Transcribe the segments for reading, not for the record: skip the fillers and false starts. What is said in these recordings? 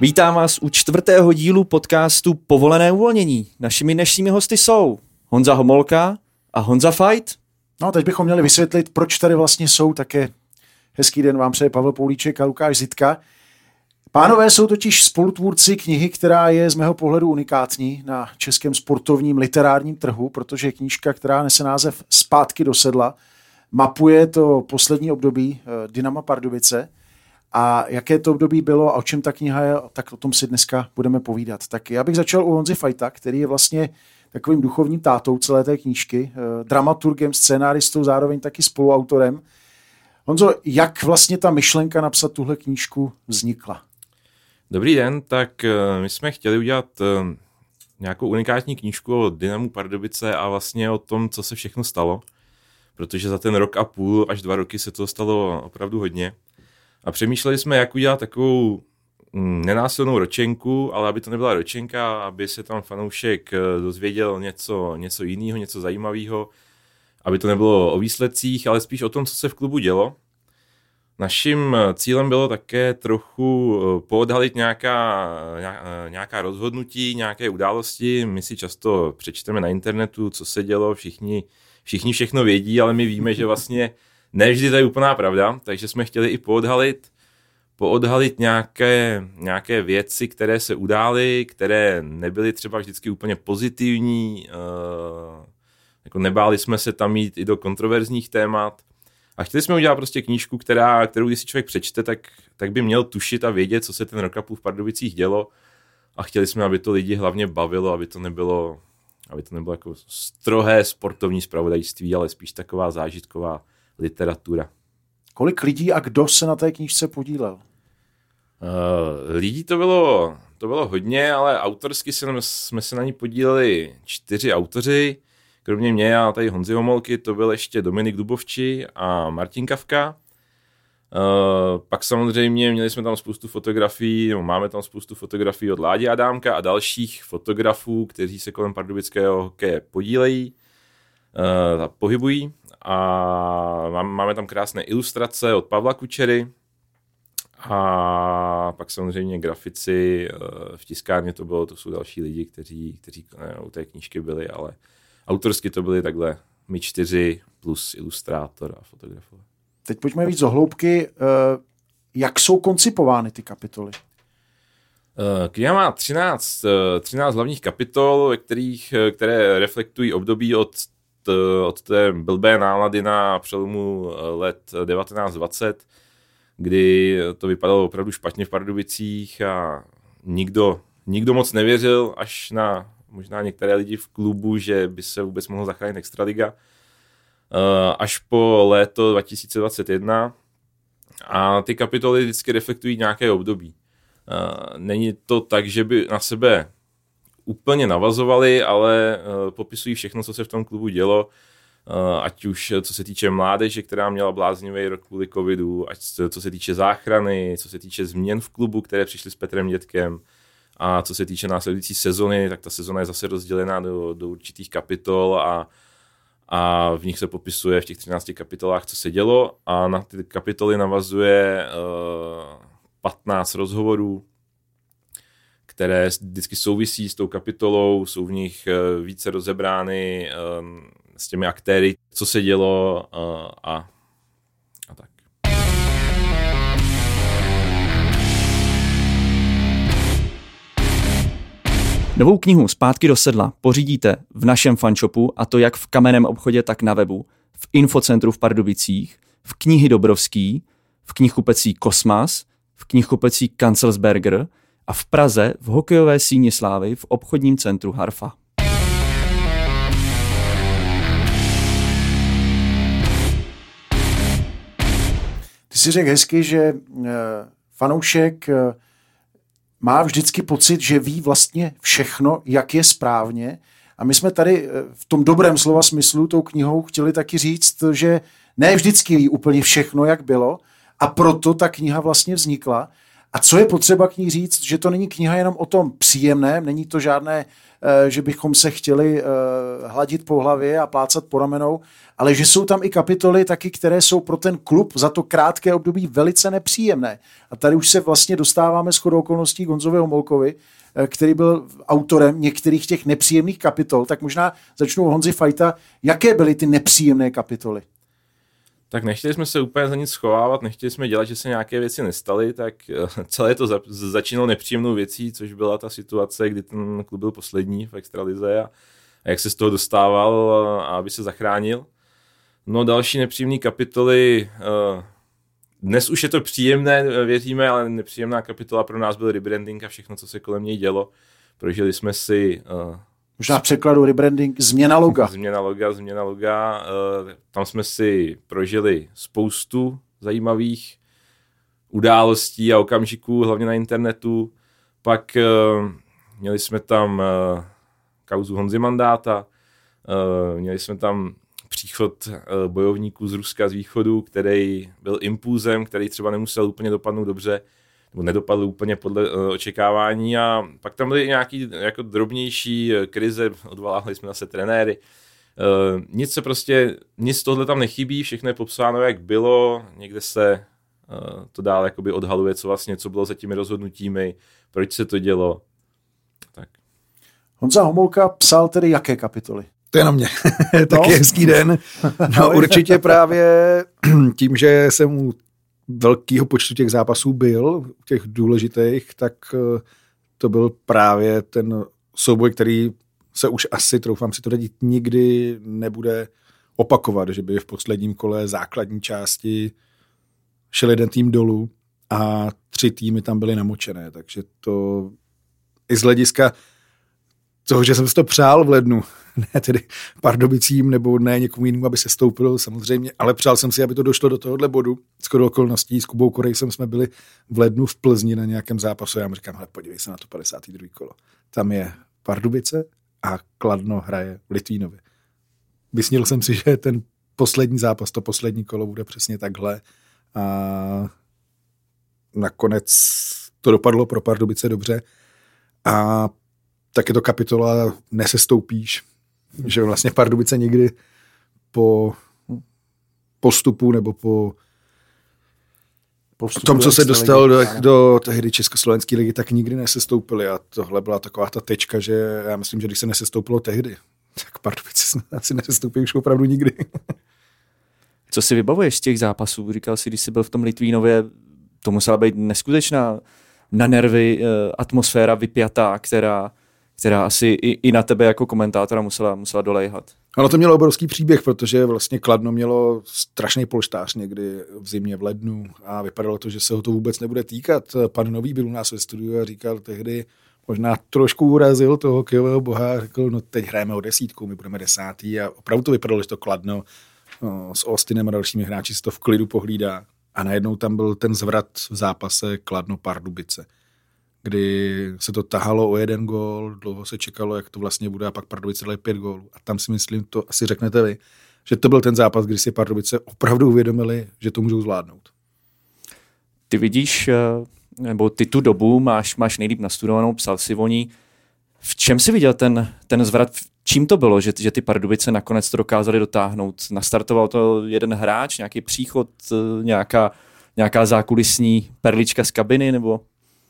Vítám vás u 4. dílu podcastu Povolené uvolnění. Našimi dnešními hosty jsou Honza Homolka a Honza Fight. No, teď bychom měli vysvětlit, proč tady vlastně jsou. Také hezký den vám přeje Pavel Poulíček a Lukáš Zitka. Pánové jsou totiž spolutvůrci knihy, která je z mého pohledu unikátní na českém sportovním literárním trhu, protože je knížka, která nese název Zpátky do sedla, mapuje to poslední období Dynama Pardubice. A jaké to období bylo a o čem ta kniha je, tak o tom si dneska budeme povídat. Tak já bych začal u Honzy Fighta, který je vlastně takovým duchovním tátou celé té knížky, dramaturgem, scénáristou, zároveň taky spoluautorem. Honzo, jak vlastně ta myšlenka napsat tuhle knížku vznikla? Dobrý den, tak my jsme chtěli udělat nějakou unikátní knížku o Dynamu Pardubice a vlastně o tom, co se všechno stalo, protože za ten rok a půl až 2 roky se toho stalo opravdu hodně. A přemýšleli jsme, jak udělat takovou nenásilnou ročenku, ale aby to nebyla ročenka, aby se tam fanoušek dozvěděl něco jiného, něco zajímavého, aby to nebylo o výsledcích, ale spíš o tom, co se v klubu dělo. Naším cílem bylo také trochu poodhalit nějaká rozhodnutí, nějaké události. My si často přečteme na internetu, co se dělo, všichni všechno vědí, ale my víme, že vlastně ne vždy to je úplná pravda, takže jsme chtěli i poodhalit nějaké věci, které se udály, které nebyly třeba vždycky úplně pozitivní, jako nebáli jsme se tam jít i do kontroverzních témat. A chtěli jsme udělat prostě knížku, kterou když si člověk přečte, tak by měl tušit a vědět, co se ten rok a půl v Pardubicích dělo. A chtěli jsme, aby to lidi hlavně bavilo, aby to nebylo jako strohé sportovní zpravodajství, ale spíš taková zážitková literatura. Kolik lidí a kdo se na té knížce podílel? Lidí to bylo hodně, ale autorsky jsme se na ní podíleli 4 autoři. Kromě mě a tady Honzy Homolky to byl ještě Dominik Dubovči a Martin Kafka. Pak samozřejmě měli jsme tam spoustu fotografií, máme tam spoustu fotografií od Ládi Adámka a dalších fotografů, kteří se kolem pardubického hokeje podílejí, pohybují. A máme tam krásné ilustrace od Pavla Kučery a pak samozřejmě grafici v tiskárně to jsou další lidi, kteří u té knížky byli, ale autorsky to byli takhle my 4 plus ilustrátor a fotografové. Teď pojďme víc do hloubky. Jak jsou koncipovány ty kapitoly? Kniha má 13 hlavních kapitol, které reflektují období od té blbé nálady na přelomu let 1920, kdy to vypadalo opravdu špatně v Pardubicích a nikdo moc nevěřil, až na možná některé lidi v klubu, že by se vůbec mohlo zachránit extraliga, až po léto 2021 a ty kapitoly vždycky reflektují nějaké období. Není to tak, že by na sebe úplně navazovali, ale popisují všechno, co se v tom klubu dělo, ať už co se týče mládeže, která měla bláznivý rok kvůli covidu, ať co se týče záchrany, co se týče změn v klubu, které přišly s Petrem Dětkem, a co se týče následující sezony, tak ta sezona je zase rozdělená do určitých kapitol a v nich se popisuje v těch 13 kapitolách, co se dělo a na ty kapitoly navazuje 15 rozhovorů, které vždycky souvisí s tou kapitolou, jsou v nich více rozebrány s těmi aktéry, co se dělo a tak. Novou knihu Zpátky do sedla pořídíte v našem fanshopu, a to jak v kamenném obchodě, tak na webu, v infocentru v Pardubicích, v knihy Dobrovský, v knihkupectví Kosmas, v knihkupectví Kancelsberger a v Praze v hokejové síni slávy v obchodním centru Harfa. Ty si řekl hezky, že fanoušek má vždycky pocit, že ví vlastně všechno, jak je správně. A my jsme tady v tom dobrém slova smyslu tou knihou chtěli taky říct, že ne vždycky ví úplně všechno, jak bylo, a proto ta kniha vlastně vznikla. A co je potřeba k ní říct, že to není kniha jenom o tom příjemném, není to žádné, že bychom se chtěli hladit po hlavě a plácat po ramenou, ale že jsou tam i kapitoly taky, které jsou pro ten klub za to krátké období velice nepříjemné. A tady už se vlastně dostáváme shodou okolností k Honzovi Homolkovi, který byl autorem některých těch nepříjemných kapitol. Tak možná začnu Honzi Fajta. Jaké byly ty nepříjemné kapitoly? Tak nechtěli jsme se úplně za nic schovávat, nechtěli jsme dělat, že se nějaké věci nestaly, tak celé to začínalo nepříjemnou věcí, což byla ta situace, kdy ten klub byl poslední v extralize a jak se z toho dostával, aby se zachránil. No další nepříjemné kapitoly, dnes už je to příjemné, věříme, ale nepříjemná kapitola pro nás byl rebranding a všechno, co se kolem něj dělo. Prožili jsme si... Možná v překladu rebranding, změna loga. Změna loga. Tam jsme si prožili spoustu zajímavých událostí a okamžiků, hlavně na internetu. Pak měli jsme tam kauzu Honzy Mandáta, měli jsme tam příchod bojovníků z Ruska z východu, který byl impulzem, který třeba nemusel úplně dopadnout dobře, nebo nedopadl úplně podle očekávání a pak tam byly nějaký jako drobnější krize, odvolávali jsme zase trenéry. Nic z tohle tam nechybí, všechno je popsáno, jak bylo, někde se to dál jakoby odhaluje, co bylo za těmi rozhodnutími, proč se to dělo. Tak. Honza Homolka psal tedy jaké kapitoly? To je na mě. Taky hezký den. No určitě právě tím, že jsem u velkého počtu těch zápasů byl, těch důležitých, tak to byl právě ten souboj, který se už asi, troufám si to radit, nikdy nebude opakovat, že by v posledním kole základní části šel jeden tým dolů a 3 týmy tam byly namočené, takže to i z hlediska toho, že jsem si to přál v lednu, ne tedy Pardubicím nebo ne někomu jinému, aby se stoupil samozřejmě, ale přál jsem si, aby to došlo do tohohle bodu. Shodou okolností s Kubou Korejsem jsme byli v lednu v Plzni na nějakém zápasu. Já mu říkám, hele, podívej se na to 52. kolo. Tam je Pardubice a Kladno hraje v Litvínově. Vysnil jsem si, že ten poslední zápas, to poslední kolo bude přesně takhle a nakonec to dopadlo pro Pardubice dobře a tak je to kapitola nesestoupíš, že vlastně Pardubice nikdy po postupu nebo po tom, co se dostal do tehdy Československé ligy, tak nikdy nesestoupili a tohle byla taková ta tečka, že já myslím, že když se nesestoupilo tehdy, tak Pardubice asi nesestoupí už opravdu nikdy. Co si vybavuješ z těch zápasů? Říkal jsi, když jsi byl v tom Litvínově, to musela být neskutečná na nervy atmosféra vypjatá, která asi i na tebe jako komentátora musela dolejhat. Ono to mělo obrovský příběh, protože vlastně Kladno mělo strašný polštář někdy v zimě, v lednu a vypadalo to, že se ho to vůbec nebude týkat. Pan Nový byl u nás ve studiu a říkal tehdy, možná trošku urazil toho hokejového boha a řekl, no teď hrajeme o 10, my budeme 10. A opravdu to vypadalo, že to Kladno s Austinem a dalšími hráči si to v klidu pohlídá. A najednou tam byl ten zvrat v zápase Kladno-Pardubice, kdy se to tahalo o 1 gól, dlouho se čekalo, jak to vlastně bude a pak Pardubice dali 5 gólů. A tam si myslím, to asi řeknete vy, že to byl ten zápas, kdy si Pardubice opravdu uvědomili, že to můžou zvládnout. Ty vidíš, nebo ty tu dobu máš nejlíp nastudovanou, psal si o ní. V čem jsi viděl ten zvrat? Čím to bylo, že ty Pardubice nakonec to dokázali dotáhnout? Nastartoval to jeden hráč, nějaký příchod, nějaká zákulisní perlička z kabiny, nebo...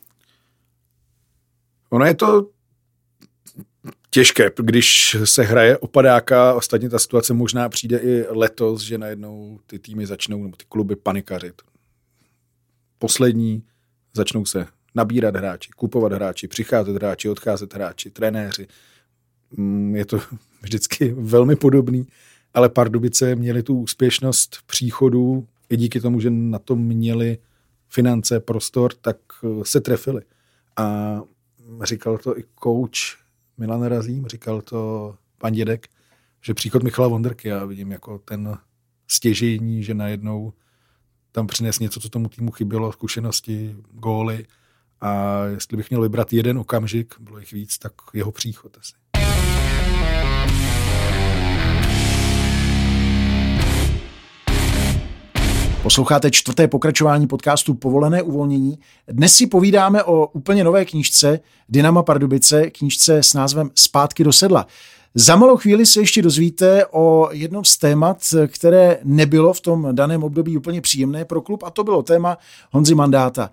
Ono je to těžké, když se hraje o padáka, ostatně ta situace možná přijde i letos, že najednou ty týmy začnou, nebo ty kluby panikařit. Poslední začnou se nabírat hráči, kupovat hráči, přicházet hráči, odcházet hráči, trenéři. Je to vždycky velmi podobný, ale Pardubice měli tu úspěšnost příchodů i díky tomu, že na to měli finance, prostor, tak se trefili. A říkal to i coach Milan Razím, říkal to pan Dědek, že příchod Michala Vondrky já vidím jako ten stěžejní, že najednou tam přines něco, co tomu týmu chybělo, zkušenosti, góly a jestli bych měl vybrat jeden okamžik, bylo jich víc, tak jeho příchod asi. Posloucháte 4. pokračování podcastu Povolené uvolnění. Dnes si povídáme o úplně nové knížce Dynama Pardubice, knížce s názvem Zpátky do sedla. Za malou chvíli se ještě dozvíte o jednom z témat, které nebylo v tom daném období úplně příjemné pro klub, a to bylo téma Honzy Mandáta.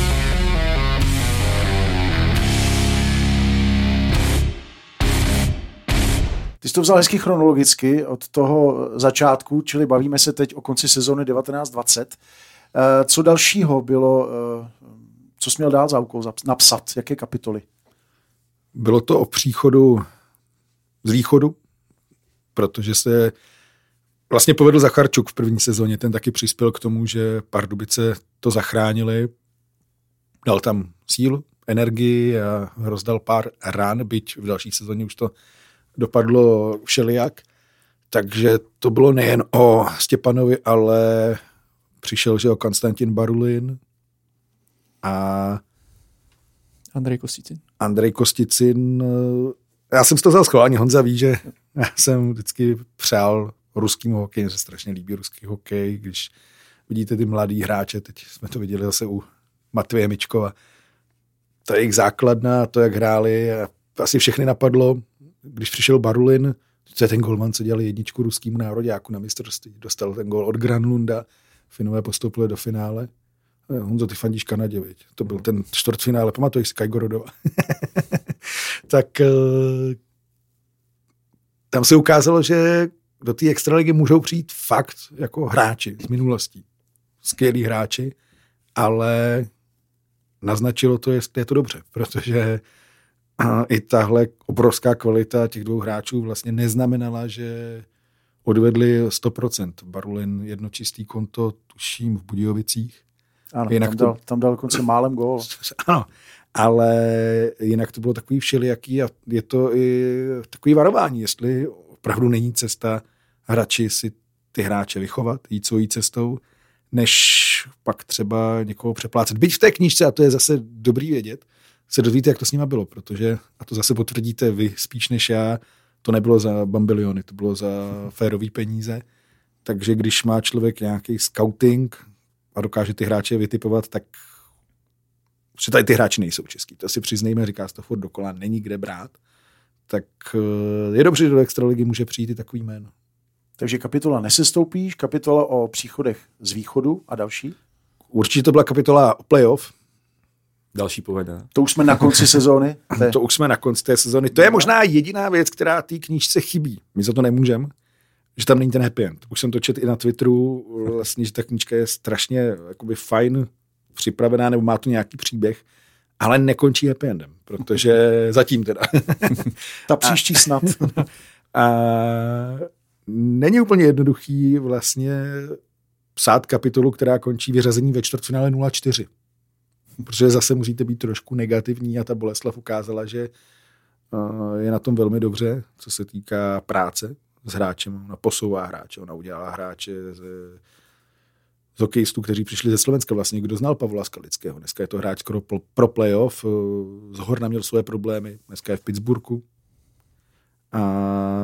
Ty jsi to vzal hezky chronologicky od toho začátku, čili bavíme se teď o konci sezóny 1920. Co dalšího bylo, co jsi měl dál za úkol napsat? Jaké kapitoly? Bylo to o příchodu z východu, protože se vlastně povedl Zacharčuk v první sezóně. Ten taky přispěl k tomu, že Pardubice to zachránili. Dal tam sílu, energii a rozdal pár ran, byť v další sezóně už to dopadlo všelijak. Takže to bylo nejen o Stěpanovi, ale přišel, že o Konstantin Barulin a Andrej Kosticin. Já jsem si to vzal schválně, Honza ví, že já jsem vždycky přál ruskýmu hokeji, že se strašně líbí ruský hokej, když vidíte ty mladý hráče, teď jsme to viděli zase u Matveje Mičkova, ta jejich základna, to, jak hráli, asi všechny napadlo, když přišel Barulin, to je ten golman, co dělal jedničku ruskýmu nároďáku na mistrovství, dostal ten gol od Granlunda, Finové postoupili do finále. Honzo, ty fandíš Kanadě, viď? To byl ten čtvrtfinále, pamatuješ si Kajgorodova. Tak tam se ukázalo, že do té extraligy můžou přijít fakt jako hráči z minulostí. Skvělí hráči, ale naznačilo to, jestli je to dobře, protože i tahle obrovská kvalita těch dvou hráčů vlastně neznamenala, že odvedli 100%. Barulin jedno čistý konto, tuším, v Budějovicích. Ano, tam dal konce málem gól. Ano, ale jinak to bylo takový všelijaký a je to i takový varování, jestli opravdu není cesta hráči si ty hráče vychovat, jít svojí cestou, než pak třeba někoho přeplácet. Byť v té knížce, a to je zase dobrý vědět, se dozvíte, jak to s nima bylo, protože, a to zase potvrdíte vy spíš než já, to nebylo za bambiliony, to bylo za férový peníze. Takže když má člověk nějaký scouting a dokáže ty hráče vytipovat, tak že tady ty hráči nejsou český. To si přiznejme, říká se to furt dokola, není kde brát. Tak je dobře, že do extraligy může přijít i takový jméno. Takže kapitola Nesestoupíš, kapitola o příchodech z východu a další? Určitě to byla kapitola o playoff. Další povedená. To už jsme na konci sezóny. To už jsme na konci té sezóny. To je možná jediná věc, která té knížce chybí. My za to nemůžeme, že tam není ten happy end. Už jsem to četl i na Twitteru, vlastně, že ta knížka je strašně jakoby fajn připravená, nebo má tu nějaký příběh, ale nekončí happy endem, protože zatím teda. Ta příští snad. A není úplně jednoduchý vlastně psát kapitolu, která končí vyřazení ve čtvrtfinále 0-4. Protože zase musíte být trošku negativní a ta Boleslav ukázala, že je na tom velmi dobře, co se týká práce s hráčem. Ona posouvá hráče, ona udělala hráče z hokejistů, kteří přišli ze Slovenska. Vlastně kdo znal Pavla Skalického. Dneska je to hráč skoro pro playoff. Z Horna měl svoje problémy. Dneska je v Pittsburghu. A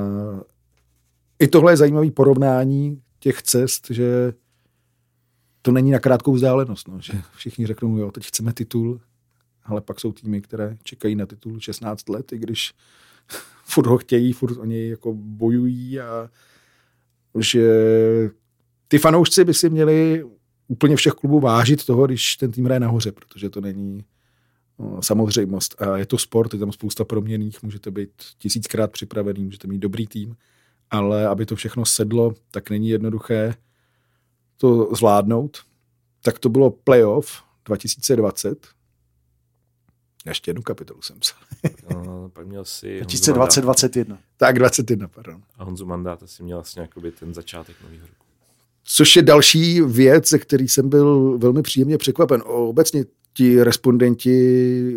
i tohle je zajímavé porovnání těch cest, že to není na krátkou vzdálenost, no, že všichni řeknou, jo, teď chceme titul, ale pak jsou týmy, které čekají na titul 16 let, i když furt ho chtějí, furt o něj jako bojují a že ty fanoušci by si měli úplně všech klubů vážit toho, když ten tým hraje nahoře, protože to není samozřejmost a je to sport, je tam spousta proměnných, můžete být 1000krát připravený, můžete mít dobrý tým, ale aby to všechno sedlo, tak není jednoduché to zvládnout. Tak to bylo playoff 2020. Ještě jednu kapitolu jsem psal. Pak měl si 2020-21. Tak 21, pardon. A Honzu Mandáta si měl vlastně jakoby ten začátek nového roku. Což je další věc, ze který jsem byl velmi příjemně překvapen. Obecně ti respondenti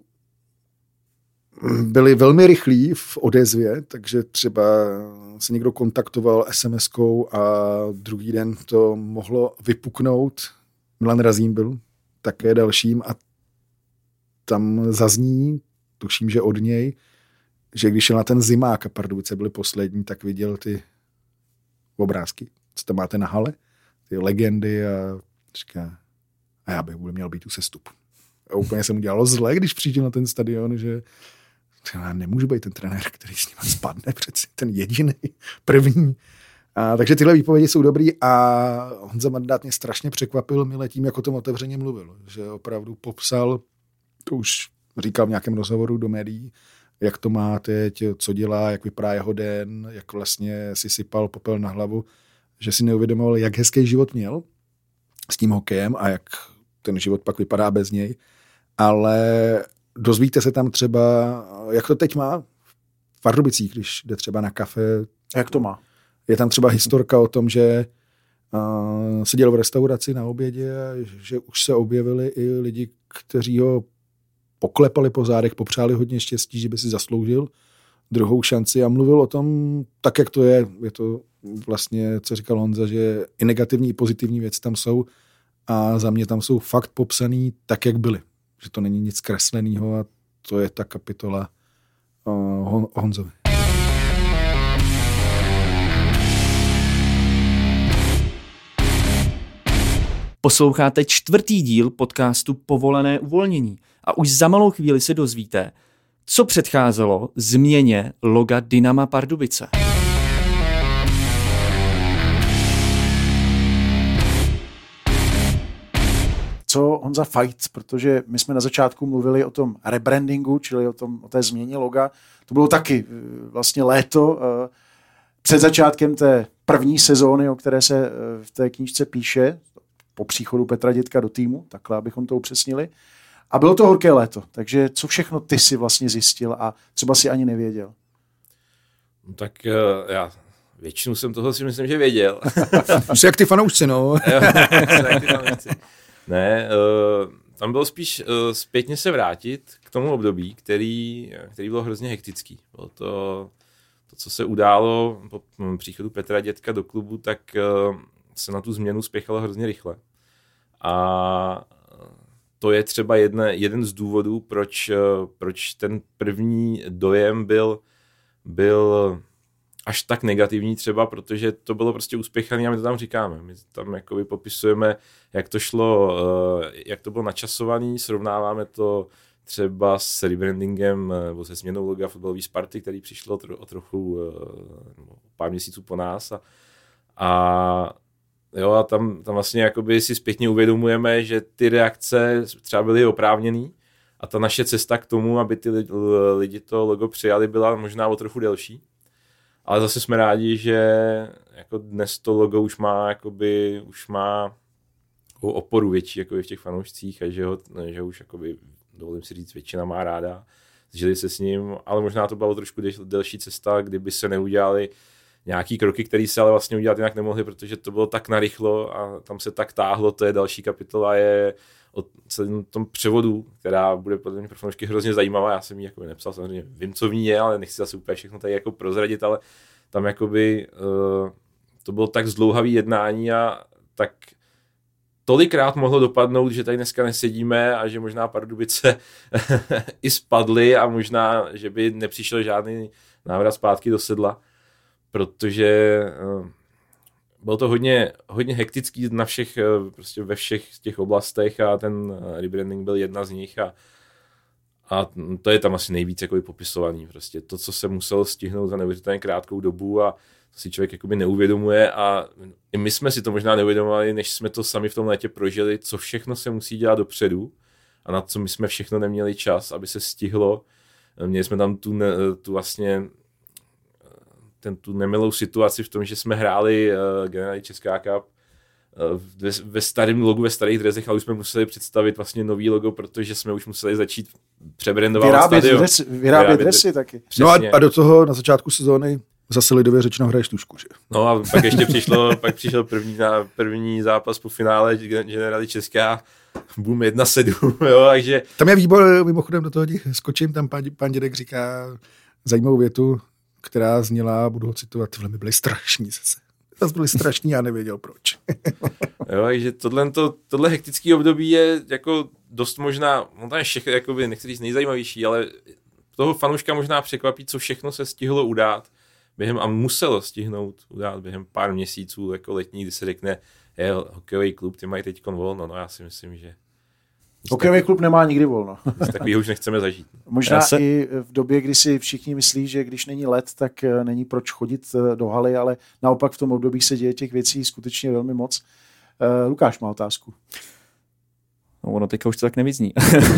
byli velmi rychlí v odezvě, takže třeba se někdo kontaktoval SMS-kou a druhý den to mohlo vypuknout. Milan Razím byl také dalším a tam zazní, tuším, že od něj, že když šel na ten zimák a Pardubice byly poslední, tak viděl ty obrázky, co tam máte na hale, ty legendy a říká, a já bych měl být u sestupu. A úplně se mu dělalo zle, když přišel na ten stadion, že já nemůžu být ten trenér, který s ním spadne, přeci ten jediný, první. A takže tyhle výpovědi jsou dobrý a Honza Mandát mě strašně překvapil mile tím, jak o tom otevřeně mluvil, že opravdu popsal, to už říkal v nějakém rozhovoru do médií, jak to má teď, co dělá, jak vypadá jeho den, jak vlastně si sypal popel na hlavu, že si neuvědomoval, jak hezký život měl s tím hokejem a jak ten život pak vypadá bez něj. Ale dozvíte se tam třeba, jak to teď má v Pardubicích, když jde třeba na kafe. Jak to má? Je tam třeba historka o tom, že seděl v restauraci na obědě a že už se objevili i lidi, kteří ho poklepali po zádech, popřáli hodně štěstí, že by si zasloužil druhou šanci a mluvil o tom tak, jak to je. Je to vlastně, co říkal Honza, že i negativní, i pozitivní věci tam jsou a za mě tam jsou fakt popsaný tak, jak byly. Že to není nic kresleného a to je ta kapitola o Honzovi. Posloucháte 4. díl podcastu Povolené uvolnění a už za malou chvíli se dozvíte, co předcházelo změně loga Dynama Pardubice. Co Honza Fajt, protože my jsme na začátku mluvili o tom rebrandingu, čili o té změně loga. To bylo taky vlastně léto před začátkem té první sezóny, o které se v té knížce píše, po příchodu Petra Dětka do týmu, takhle, abychom to upřesnili. A bylo to horké léto, takže co všechno ty si vlastně zjistil a třeba si ani nevěděl? No tak já většinu jsem toho si myslím, že věděl. Jsi jak ty fanoušci, no. Ne, tam bylo spíš zpětně se vrátit k tomu období, který bylo hrozně hektický. Bylo to, co se událo po příchodu Petra Dětka do klubu, tak se na tu změnu spěchalo hrozně rychle. A to je třeba jeden z důvodů, proč ten první dojem byl až tak negativní třeba, protože to bylo prostě uspěchané a my to tam říkáme. My tam jakoby popisujeme, jak to šlo, jak to bylo načasované, srovnáváme to třeba s rebrandingem nebo se změnou loga fotbalové Sparty, který přišlo o trochu pár měsíců po nás a tam vlastně jakoby si zpětně uvědomujeme, že ty reakce třeba byly oprávněný a ta naše cesta k tomu, aby ty lidi to logo přijali, byla možná o trochu delší. Ale zase jsme rádi, že jako dnes to logo už má oporu větší jako v těch fanoušcích a že už jakoby, dovolím si říct, většina má ráda. Žili se s ním, ale možná to byla trošku delší cesta, kdyby se neudělali nějaký kroky, které se ale vlastně udělat jinak nemohly, protože to bylo tak narychlo a tam se tak táhlo, to je další kapitola, je o celém tom převodu, která bude podle mě pro fanoušky hrozně zajímavá, já jsem ji jako nepsal, samozřejmě vím, co v ní je, ale nechci zase úplně všechno tady jako prozradit, ale tam jakoby to bylo tak zdlouhavý jednání a tak tolikrát mohlo dopadnout, že tady dneska nesedíme a že možná Pardubice i spadly a možná, že by nepřišel žádný návrat zpátky do sedla, protože bylo to hodně hektický prostě ve všech těch oblastech a ten rebranding byl jedna z nich a to je tam asi nejvíc jakoby popisovaný. Prostě to, co se muselo stihnout za neuvěřitelně krátkou dobu a to si člověk jakoby neuvědomuje a i my jsme si to možná neuvědomovali, než jsme to sami v tom létě prožili, co všechno se musí dělat dopředu a na co my jsme všechno neměli čas, aby se stihlo. Měli jsme tam tu vlastně tu nemilou situaci v tom, že jsme hráli generální Česká cup ve starém logu, ve starých drezech, ale už jsme museli představit vlastně nový logo, protože jsme už museli začít přebrandovat stadion. Vyrábět dresy taky. Přesně. No a do toho na začátku sezóny zase lidově řečeno hraješ tušku, že? No a pak ještě přišel první zápas po finále generální Česká, boom 1-7, jo, takže... Tam je výbor, mimochodem do toho skočím, tam pan Dědek říká zajímavou větu, která zněla, budu ho citovat, tyhle mi byly strašní zase. Zase byly strašní, já nevěděl proč. Jo, takže tohle hektický období je jako dost možná, no to je všechno, jakoby, nechci říct nejzajímavější, ale toho fanouška možná překvapí, co všechno se stihlo udát a muselo stihnout udát během pár měsíců jako letní, kdy se řekne, hokejový klub, ty mají teď volno, no já si myslím, že hokejový klub nemá nikdy volno. Takový už nechceme zažít. Možná i v době, kdy si všichni myslí, že když není led, tak není proč chodit do haly, ale naopak v tom období se děje těch věcí skutečně velmi moc. Lukáš má otázku. No, ono teďka už to tak nevyzní.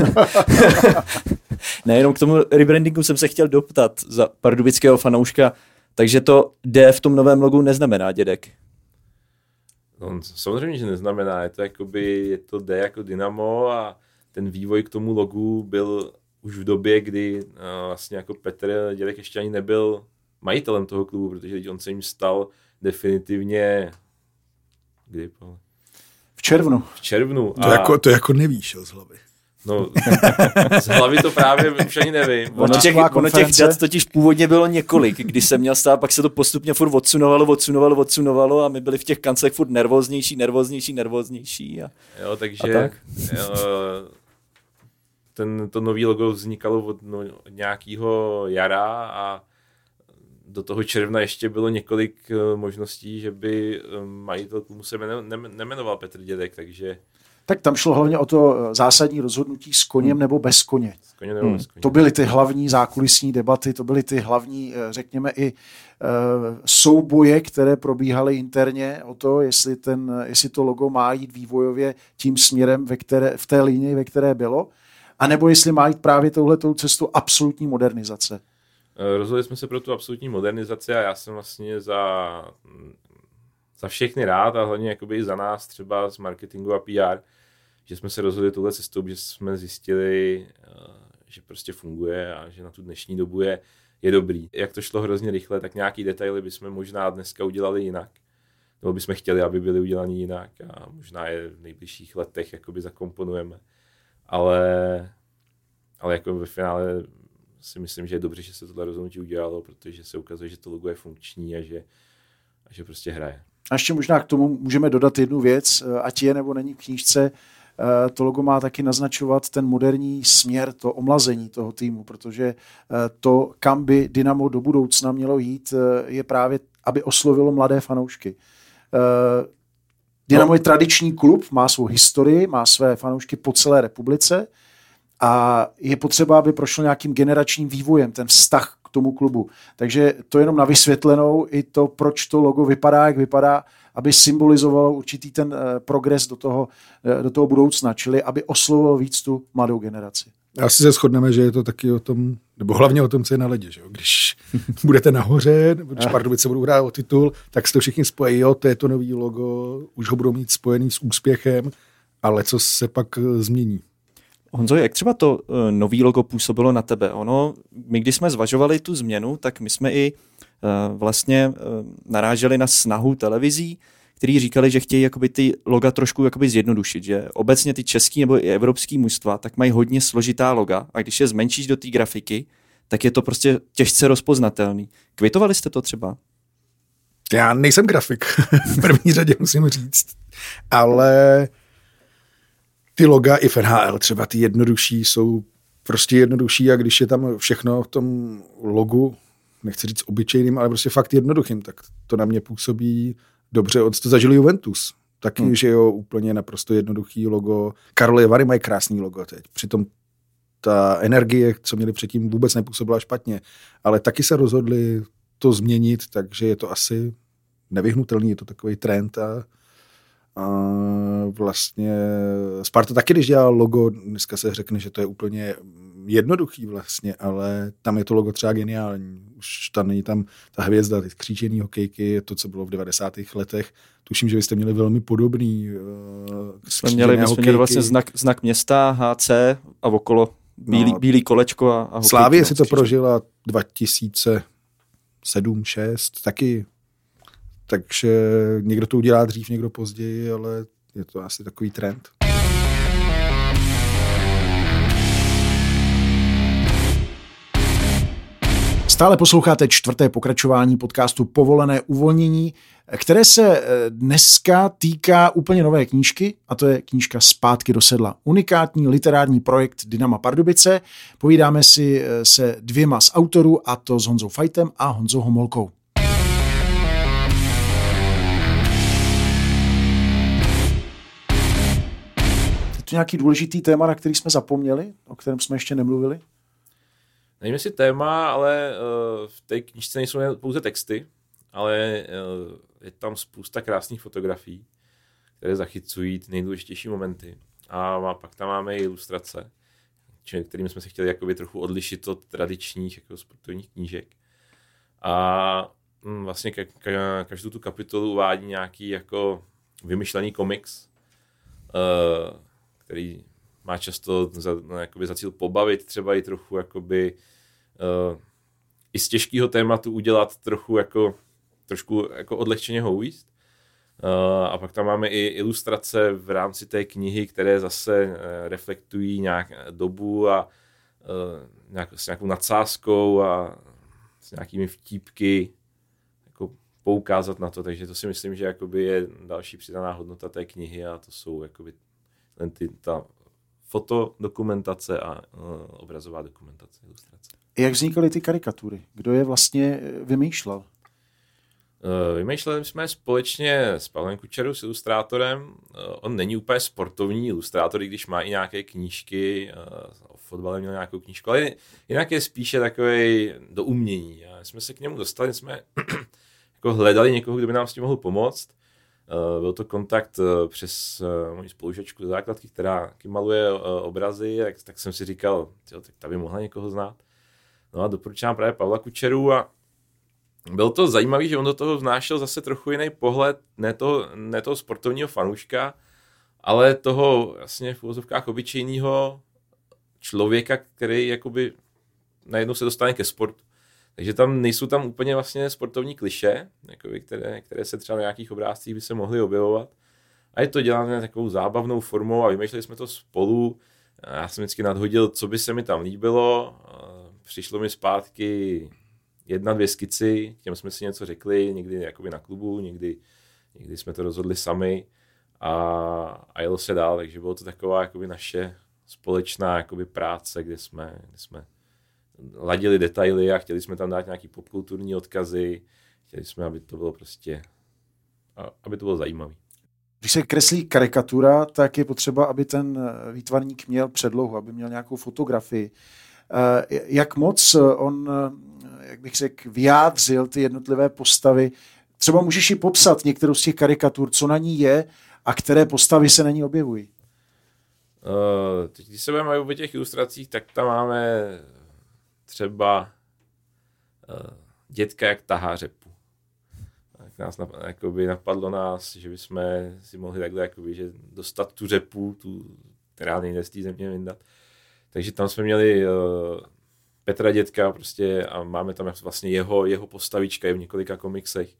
Ne, jenom k tomu rebrandingu jsem se chtěl doptat za pardubického fanouška, takže to D v tom novém logu neznamená, dědek. No, samozřejmě, že neznamená, je to D jako Dynamo a ten vývoj k tomu logu byl už v době, kdy vlastně jako Petr Dědek ještě ani nebyl majitelem toho klubu, protože on se jim stal definitivně kdy? V červnu. V červnu. To jako nevíš z hlavy. No, z hlavy to právě už ani nevím. Ono těch dat totiž původně bylo několik, když jsem měl stát, pak se to postupně furt odsunovalo a my byli v těch kanclech furt nervóznější. Jo, takže to nový logo vznikalo od nějakého jara a do toho června ještě bylo několik možností, že by majitel klubu se nemenoval Petr Dědek, takže... Tak tam šlo hlavně o to zásadní rozhodnutí s koněm nebo bez koně. S koněm nebo bez koně. To byly ty hlavní zákulisní debaty, to byly ty hlavní, řekněme, i souboje, které probíhaly interně o to, jestli to logo má jít vývojově tím směrem, v té linii, ve které bylo, anebo jestli má jít právě touhletou cestou absolutní modernizace. Rozhodli jsme se pro tu absolutní modernizaci a já jsem vlastně za všechny rád a hlavně jakoby i za nás třeba z marketingu a PR, že jsme se rozhodli touhle cestou, že jsme zjistili, že prostě funguje a že na tu dnešní dobu je dobrý. Jak to šlo hrozně rychle, tak nějaký detaily bychom možná dneska udělali jinak. Nebo bychom chtěli, aby byly udělaný jinak a možná je v nejbližších letech jakoby zakomponujeme. Ale jako ve finále si myslím, že je dobře, že se tohle rozhodnutí udělalo, protože se ukazuje, že to logo je funkční a že prostě hraje. A ještě možná k tomu můžeme dodat jednu věc, ať je nebo není v knížce, to logo má taky naznačovat ten moderní směr, to omlazení toho týmu, protože to, kam by Dynamo do budoucna mělo jít, je právě, aby oslovilo mladé fanoušky. Dynamo je tradiční klub, má svou historii, má své fanoušky po celé republice a je potřeba, aby prošlo nějakým generačním vývojem ten vztah k tomu klubu. Takže to jenom na vysvětlenou i to, proč to logo vypadá, jak vypadá, aby symbolizovalo určitý ten progres do toho budoucna, čili aby oslovilo víc tu mladou generaci. Asi se shodneme, že je to taky o tom, nebo hlavně o tom, co je na ledě. Že jo? Když budete nahoře, nebo když Pardubice budou hrát o titul, tak se to všichni spojí, jo, to je to nový logo, už ho budou mít spojený s úspěchem, ale co se pak změní. Honzo, jak třeba to nový logo působilo na tebe? My když jsme zvažovali tu změnu, tak my jsme i vlastně naráželi na snahu televizí, kteří říkali, že chtějí jakoby ty loga trošku jakoby zjednodušit, že obecně ty český nebo i evropský mužstva tak mají hodně složitá loga a když je zmenšíš do té grafiky, tak je to prostě těžce rozpoznatelný. Kvitovali jste to třeba? Já nejsem grafik, v první řadě musím říct, ale ty loga i v NHL třeba ty jednodušší jsou prostě jednodušší a když je tam všechno v tom logu, nechci říct obyčejným, ale prostě fakt jednoduchým, tak to na mě působí dobře. On to zažil Juventus. Taky, že jo, úplně naprosto jednoduchý logo. Karlovy Vary mají krásný logo teď. Přitom ta energie, co měli předtím, vůbec nepůsobila špatně. Ale taky se rozhodli to změnit, takže je to asi nevyhnutelný, je to takový trend a vlastně Sparta taky, když dělá logo, dneska se řekne, že to je úplně jednoduchý vlastně, ale tam je to logo třeba geniální. Už tam není tam ta hvězda, ty skříčený hokejky, to, co bylo v 90. letech. Tuším, že vy jste měli velmi podobný skříčené hokejky. My jsme měli vlastně znak města, HC a okolo bílý kolečko a hokejky. Slávie si to prožila 2007-2006 taky. Takže někdo to udělá dřív, někdo později, ale je to asi takový trend. Stále posloucháte 4. pokračování podcastu Povolené uvolnění, které se dneska týká úplně nové knížky, a to je knížka Zpátky do sedla. Unikátní literární projekt Dynama Pardubice. Povídáme si se dvěma z autorů, a to s Honzou Fajtem a Honzou to nějaký důležitý téma, na který jsme zapomněli, o kterém jsme ještě nemluvili? Nevím, jestli téma, ale v té knížce nejsou pouze texty, ale je tam spousta krásných fotografií, které zachycují ty nejdůležitější momenty. A pak tam máme i ilustrace, kterými jsme se chtěli jakoby trochu odlišit od tradičních jako sportovních knížek. A vlastně každou tu kapitolu uvádí nějaký jako vymyšlený komiks, který má často za cíl pobavit, třeba i trochu jakoby, i z těžkého tématu udělat trošku jako odlehčeně ho ujíst. A pak tam máme i ilustrace v rámci té knihy, které zase reflektují nějak dobu a s nějakou nadsázkou a s nějakými vtípky jako poukázat na to. Takže to si myslím, že jakoby je další přidaná hodnota té knihy a to jsou jakoby ta fotodokumentace a obrazová dokumentace, ilustrace. Jak vznikaly ty karikatury? Kdo je vlastně vymýšlel? Vymýšleli jsme společně s Pavlem Kučerou, s ilustrátorem. On není úplně sportovní ilustrátor, i když má i nějaké knížky. O fotbale měl nějakou knížku, ale jinak je spíše takový do umění. A jsme se k němu dostali, jsme jako hledali někoho, kdo by nám s tím mohl pomoct. Byl to kontakt přes moji spolužačku ze základky, která maluje obrazy, tak jsem si říkal, tak ta by mohla někoho znát. No a doporučám právě Pavla Kučeru a byl to zajímavý, že on do toho vnášel zase trochu jiný pohled, ne toho sportovního fanouška, ale toho vlastně v uvozovkách obyčejného člověka, který jakoby najednou se dostane ke sportu. Takže tam nejsou tam úplně vlastně sportovní klišé, jakoby, které se třeba na nějakých obrázcích by se mohly objevovat. A je to dělané takovou zábavnou formou a vymýšleli jsme to spolu. Já jsem vždycky nadhodil, co by se mi tam líbilo. Přišlo mi zpátky 1-2 skici, těm jsme si něco řekli, někdy jakoby na klubu, někdy jsme to rozhodli sami a jelo se dál, takže bylo to taková jakoby naše společná jakoby práce, kde jsme ladili detaily a chtěli jsme tam dát nějaký popkulturní odkazy, chtěli jsme, aby to bylo aby to bylo zajímavé. Když se kreslí karikatura, tak je potřeba, aby ten výtvarník měl předlohu, aby měl nějakou fotografii. Jak moc on, jak bych řekl, vyjádřil ty jednotlivé postavy. Třeba můžeš ji popsat některou z těch karikatur, co na ní je a které postavy se na ní objevují. Teď, když se budeme o těch ilustracích, tak tam máme třeba dětka, jak tahá řepu. Tak nás napadlo nás, že bychom si mohli takhle jakoby, že dostat tu řepu, která nejde z té země vyndat. Takže tam jsme měli Petra Dětka prostě a máme tam vlastně jeho postavička je v několika komiksech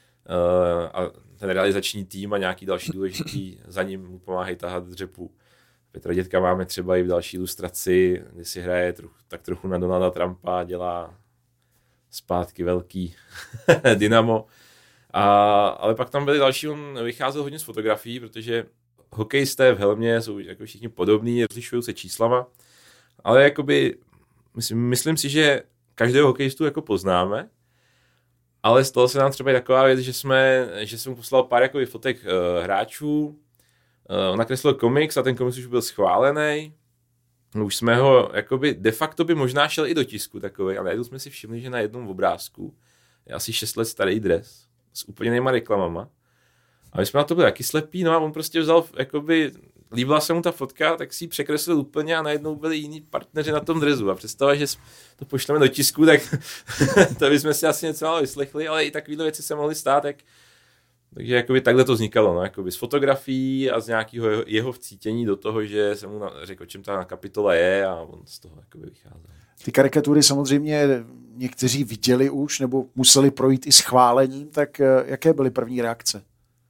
a ten realizační tým a nějaký další důležitý za ním mu pomáhají tahat dřepu. Petra Dětka máme třeba i v další ilustraci, kdy si hraje tak trochu na Donalda Trumpa, dělá zpátky velký dynamo. Ale pak tam byly další, on vycházel hodně z fotografií, protože hokejisté v helmě jsou jako všichni podobní, rozlišují se číslama, ale jakoby myslím si, že každého hokejistu jako poznáme, ale stalo se nám třeba i taková věc, že jsem poslal pár jako fotek hráčů, on nakreslil komiks a ten komiks už byl schválený, už jsme ho, jakoby de facto by možná šel i do tisku takovej, ale najednou jsme si všimli, že na jednom obrázku je asi 6 let starý dres s úplně nejma reklamama. A my jsme na to byli taky slepí, no a on prostě vzal, jakoby, líbila se mu ta fotka, tak si ji překreslil úplně a najednou byli jiní partneři na tom dresu. A představa, že to pošleme do tisku, tak to bychom si asi něco málo vyslechli, ale i takovýhle věci se mohly stát, takže jakoby takhle to vznikalo, no, jakoby z fotografií a z nějakého jeho vcítění do toho, že jsem mu řekl, o čem ta kapitola je a on z toho jakoby vycházel. Ty karikatury samozřejmě někteří viděli už nebo museli projít i schválením, tak jaké byly první reakce?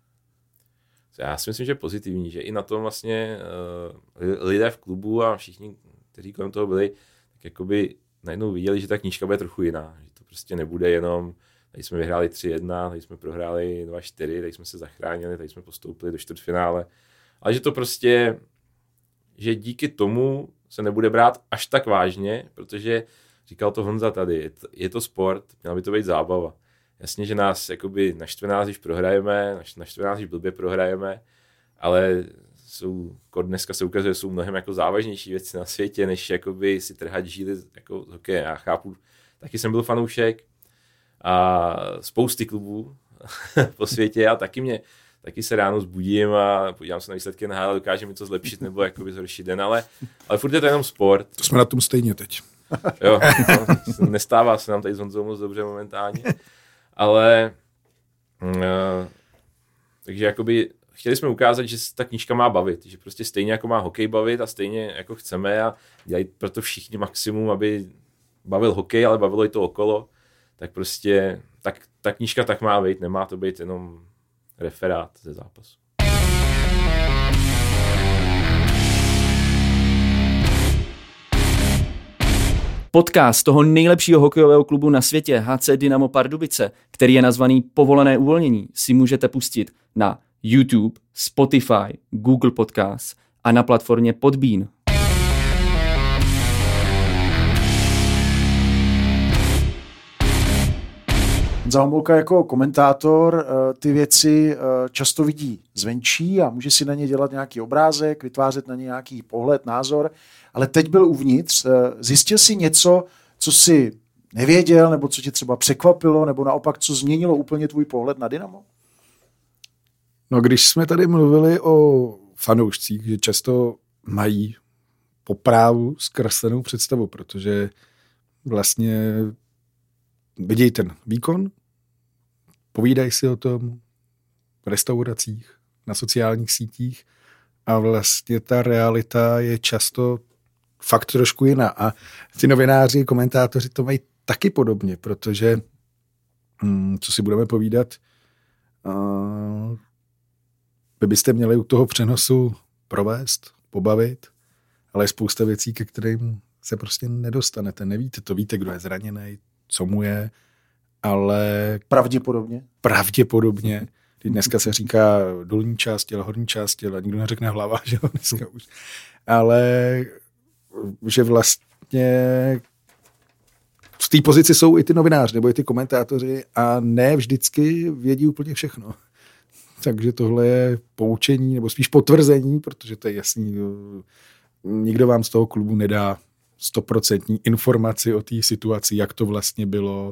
Já si myslím, že pozitivní, že i na tom vlastně lidé v klubu a všichni, kteří kolem toho byli, tak jakoby najednou viděli, že ta knížka bude trochu jiná, že to prostě nebude jenom, tady jsme vyhráli 3-1, tady jsme prohráli 2-4, tady jsme se zachránili, tady jsme postoupili do čtvrtfinále, ale že to prostě, že díky tomu se nebude brát až tak vážně, protože říkal to Honza tady, je to sport, měla by to být zábava. Jasně, že nás jakoby naštve nás, když prohrajeme, naštve nás, když blbě prohrajeme, ale dneska se ukazuje, že jsou mnohem jako závažnější věci na světě, než jakoby si trhat žíly jako hokeje. Já chápu, taky jsem byl fanoušek a spousty klubů po světě a taky se ráno zbudím a podívám se na výsledky NHL, dokáže mi to zlepšit nebo jakoby zhoršit den, ale furt je to jenom sport. To jsme na tom stejně teď. Jo, nestává se nám tady s Honzou moc dobře momentálně, ale takže jakoby chtěli jsme ukázat, že ta knížka má bavit, že prostě stejně jako má hokej bavit a stejně jako chceme a dělají proto všichni maximum, aby bavil hokej, ale bavilo i to okolo, tak prostě ta knížka tak má být, nemá to být jenom referát ze zápasu. Podcast toho nejlepšího hokejového klubu na světě HC Dynamo Pardubice, který je nazvaný Povolené uvolnění, si můžete pustit na YouTube, Spotify, Google Podcast a na platformě Podbean. Honza Homolka jako komentátor ty věci často vidí zvenčí a může si na ně dělat nějaký obrázek, vytvářet na ně nějaký pohled, názor, ale teď byl uvnitř. Zjistil jsi něco, co jsi nevěděl, nebo co tě třeba překvapilo, nebo naopak, co změnilo úplně tvůj pohled na Dynamo? No, když jsme tady mluvili o fanoušcích, že často mají po právu zkreslenou představu, protože vlastně vidějí ten výkon, povídají si o tom v restauracích, na sociálních sítích a vlastně ta realita je často fakt trošku jiná. A ty novináři, komentátoři to mají taky podobně, protože co si budeme povídat, vy byste měli u toho přenosu provést, pobavit, ale je spousta věcí, ke kterým se prostě nedostanete. Nevíte to, víte, kdo je zraněný, co mu je, ale... Pravděpodobně. Dneska se říká dolní část těla, horní část těla, nikdo neřekne hlava, že jo, dneska už. Ale že vlastně v té pozici jsou i ty novináři, nebo i ty komentátoři a ne vždycky vědí úplně všechno. Takže tohle je poučení, nebo spíš potvrzení, protože to je jasný, nikdo vám z toho klubu nedá 100% informaci o té situaci, jak to vlastně bylo.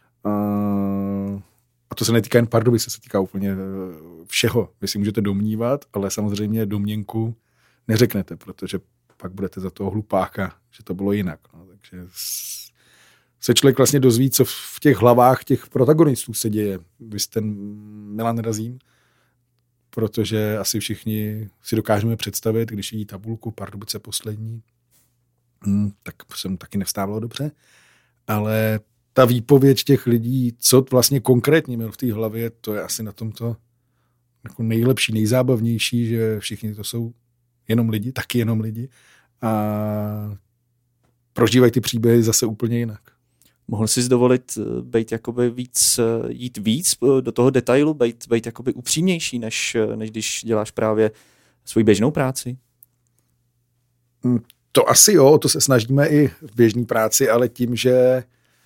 A to se netýká jen Pardubic, se týká úplně všeho. Vy si můžete domnívat, ale samozřejmě domněnku neřeknete, protože pak budete za toho hlupáka, že to bylo jinak. No, takže se člověk vlastně dozví, co v těch hlavách těch protagonistů se děje. Vy jste Milan Razín, protože asi všichni si dokážeme představit, když vidí tabulku Pardubice poslední, tak jsem taky nevstával dobře, ale ta výpověď těch lidí, co vlastně konkrétně měl v té hlavě, to je asi na tomto jako nejlepší, nejzábavnější, že všichni to jsou jenom lidi, taky jenom lidi a prožívají ty příběhy zase úplně jinak. Mohl jsi dovolit být jakoby jít víc do toho detailu, být jakoby upřímnější, než když děláš právě svoji běžnou práci? To asi jo, to se snažíme i v běžné práci, ale tím, že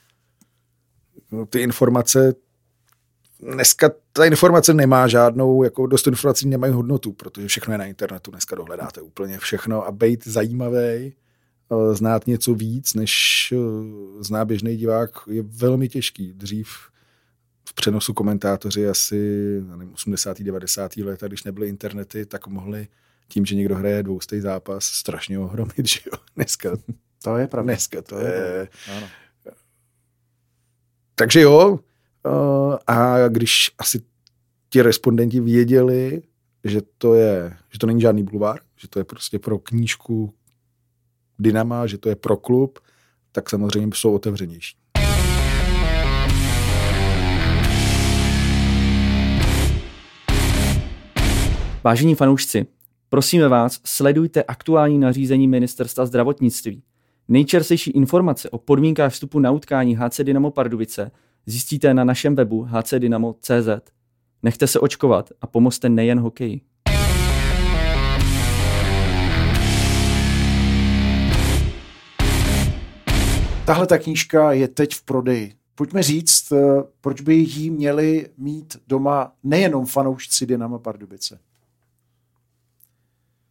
ty informace, dneska ta informace nemá žádnou, jako dost informací nemají hodnotu, protože všechno je na internetu, dneska dohledáte úplně všechno a být zajímavý, znát něco víc, než zná běžný divák, je velmi těžký. Dřív v přenosu komentátoři asi 80. 90. let, když nebyly internety, tak mohli tím, že někdo hraje dvoustej zápas, strašně ohromit, že jo. Dneska to je pravda. Dneska to je... Ano. Takže jo, a když asi ti respondenti věděli, že to není žádný bulvár, že to je prostě pro knížku Dynama, že to je pro klub, tak samozřejmě jsou otevřenější. Vážení fanoušci, prosíme vás, sledujte aktuální nařízení Ministerstva zdravotnictví. Nejčerstvější informace o podmínkách vstupu na utkání HC Dynamo Pardubice zjistíte na našem webu hcdynamo.cz. Nechte se očkovat a pomozte nejen hokeji. Tahle ta knížka je teď v prodeji. Pojďme říct, proč by ji měli mít doma nejenom fanoušci Dynama Pardubice.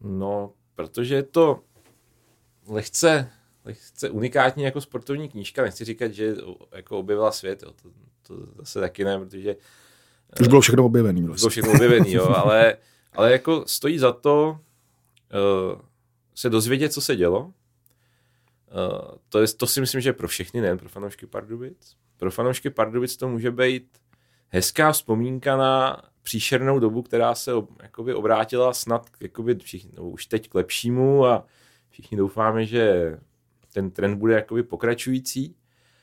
No, protože je to lehce unikátní jako sportovní knížka. Nechci říkat, že jako objevila svět. Jo. To zase taky ne, protože... Už bylo všechno objevený. Vlastně. Bylo všechno objevený, jo, ale jako stojí za to se dozvědět, co se dělo. To si myslím, že pro všechny, nejen pro fanoušky Pardubic. Pro fanoušky Pardubic to může být hezká vzpomínka na příšernou dobu, která se jakoby obrátila snad jakoby už teď k lepšímu a všichni doufáme, že ten trend bude jakoby pokračující.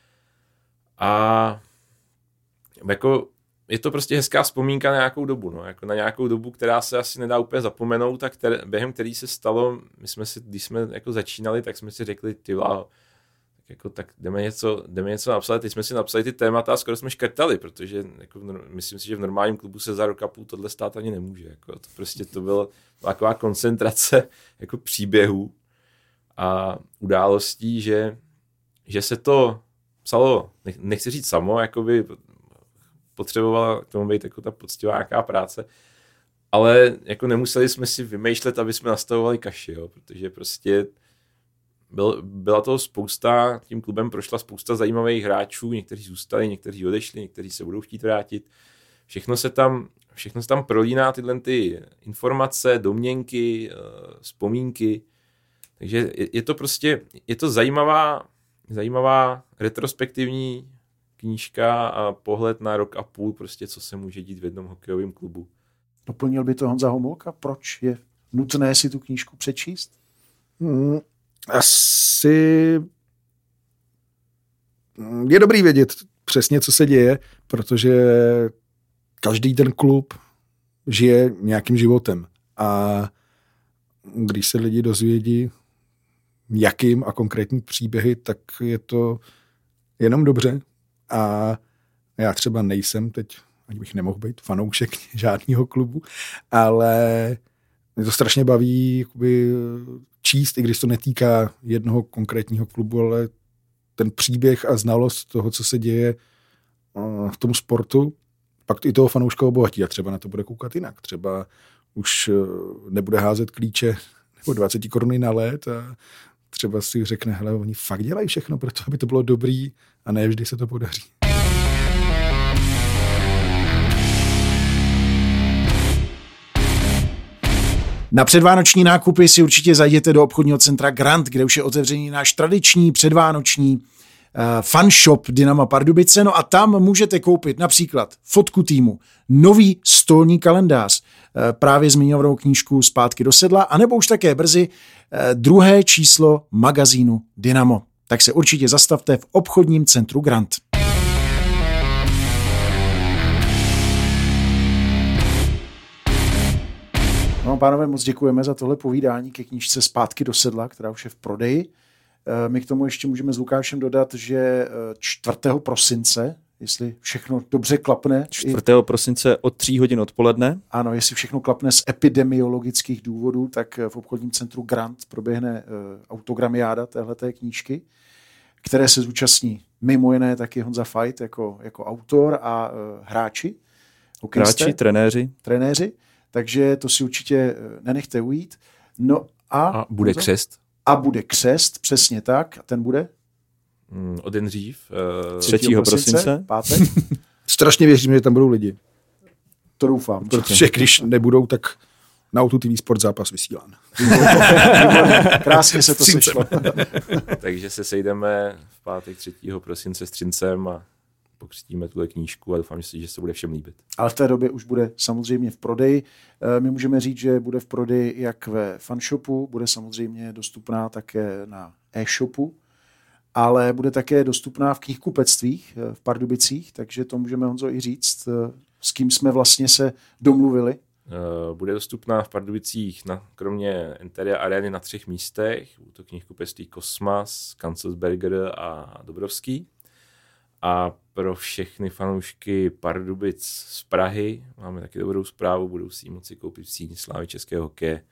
A jako je to prostě hezká vzpomínka na nějakou dobu, no, jako na nějakou dobu, která se asi nedá úplně zapomenout, a během který se stalo, když jsme jako začínali, tak jsme si řekli, tak jdeme něco napsat, teď jsme si napsali ty témata a skoro jsme škrtali, protože jako, myslím si, že v normálním klubu se za rok a půl tohle stát ani nemůže, jako, to byla taková koncentrace jako příběhů a událostí, že se to psalo, nechci říct samo, jakoby potřebovala k tomu být jako ta poctivá nějaká práce, ale jako nemuseli jsme si vymýšlet, aby jsme nastavovali kaši, jo, protože prostě byla toho spousta, tím klubem prošla spousta zajímavých hráčů, někteří zůstali, někteří odešli, někteří se budou chtít vrátit. Všechno se tam prolíná, tyhle ty informace, domněnky, vzpomínky, takže je to zajímavá retrospektivní knížka a pohled na rok a půl, prostě co se může dít v jednom hokejovém klubu. Doplnil by to Honza Homolka? Proč je nutné si tu knížku přečíst? Asi je dobrý vědět přesně, co se děje, protože každý ten klub žije nějakým životem. A když se lidi dozvědí, jakým a konkrétní příběhy, tak je to jenom dobře. A já třeba nejsem teď, ani bych nemohl být fanoušek žádného klubu, ale mě to strašně baví jakoby číst, i když to netýká jednoho konkrétního klubu, ale ten příběh a znalost toho, co se děje v tom sportu, pak i toho fanouška obohatí a třeba na to bude koukat jinak. Třeba už nebude házet klíče nebo 20 koruny na let a třeba si řekne, hele, oni fakt dělají všechno pro to, aby to bylo dobrý a ne vždy se to podaří. Na předvánoční nákupy si určitě zajděte do obchodního centra Grant, kde už je otevřený náš tradiční předvánoční fanshop Dynama Pardubice. No a tam můžete koupit například fotku týmu, nový stolní kalendář, právě zmiňovanou knížku Zpátky do sedla, anebo už také brzy druhé číslo magazínu Dynamo. Tak se určitě zastavte v obchodním centru Grant. No, pánové, moc děkujeme za tohle povídání ke knížce Zpátky do sedla, která už je v prodeji. My k tomu ještě můžeme s Lukášem dodat, že 4. prosince, jestli všechno dobře klapne. 4. prosince od 3 hodin odpoledne. Ano, jestli všechno klapne z epidemiologických důvodů, tak v obchodním centru Grant proběhne autogramiáda téhleté knížky, které se zúčastní mimo jiné taky Honza Fajt jako autor a hráči. Hráči, trenéři. Takže to si určitě nenechte ujít. No a bude křest. A bude křest, přesně tak. A ten bude? O den dřív. 3. prosince. Pátek. Strašně věřím, že tam budou lidi. To doufám. Protože když nebudou, tak na Auto TV Sport zápas vysílán. Krásně se to sešlo. Takže se sejdeme v pátek 3. prosince s Třincem a pokřtíme tuhle knížku a doufám, že se bude všem líbit. Ale v té době už bude samozřejmě v prodeji. My můžeme říct, že bude v prodeji jak ve fanshopu, bude samozřejmě dostupná také na e-shopu, ale bude také dostupná v knihkupectvích v Pardubicích, takže to můžeme, Honzo, i říct, s kým jsme vlastně se domluvili. Bude dostupná v Pardubicích kromě Enteria Areny na 3 místech. Bude to knihkupectví Kosmas, Kancelsberger a Dobrovský. A pro všechny fanoušky Pardubic z Prahy máme taky dobrou zprávu, budou si ji moci koupit v síni slávy českého hokeje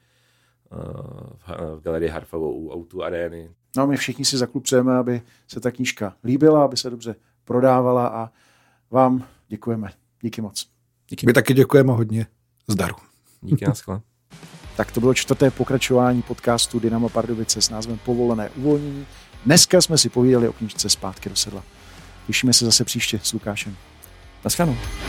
v galerii Harfavo u Autu Arény. No, my všichni si za klub přejeme, aby se ta knížka líbila, aby se dobře prodávala a vám děkujeme. Díky moc. Díky. My taky děkujeme hodně. Zdaru. Díky, naschle. Tak to bylo 4. pokračování podcastu Dynama Pardubice s názvem Povolené uvolnění. Dneska jsme si povídali o knížce Zpátky do sedla. Těšíme se zase příště s Lukášem. Naschledanou.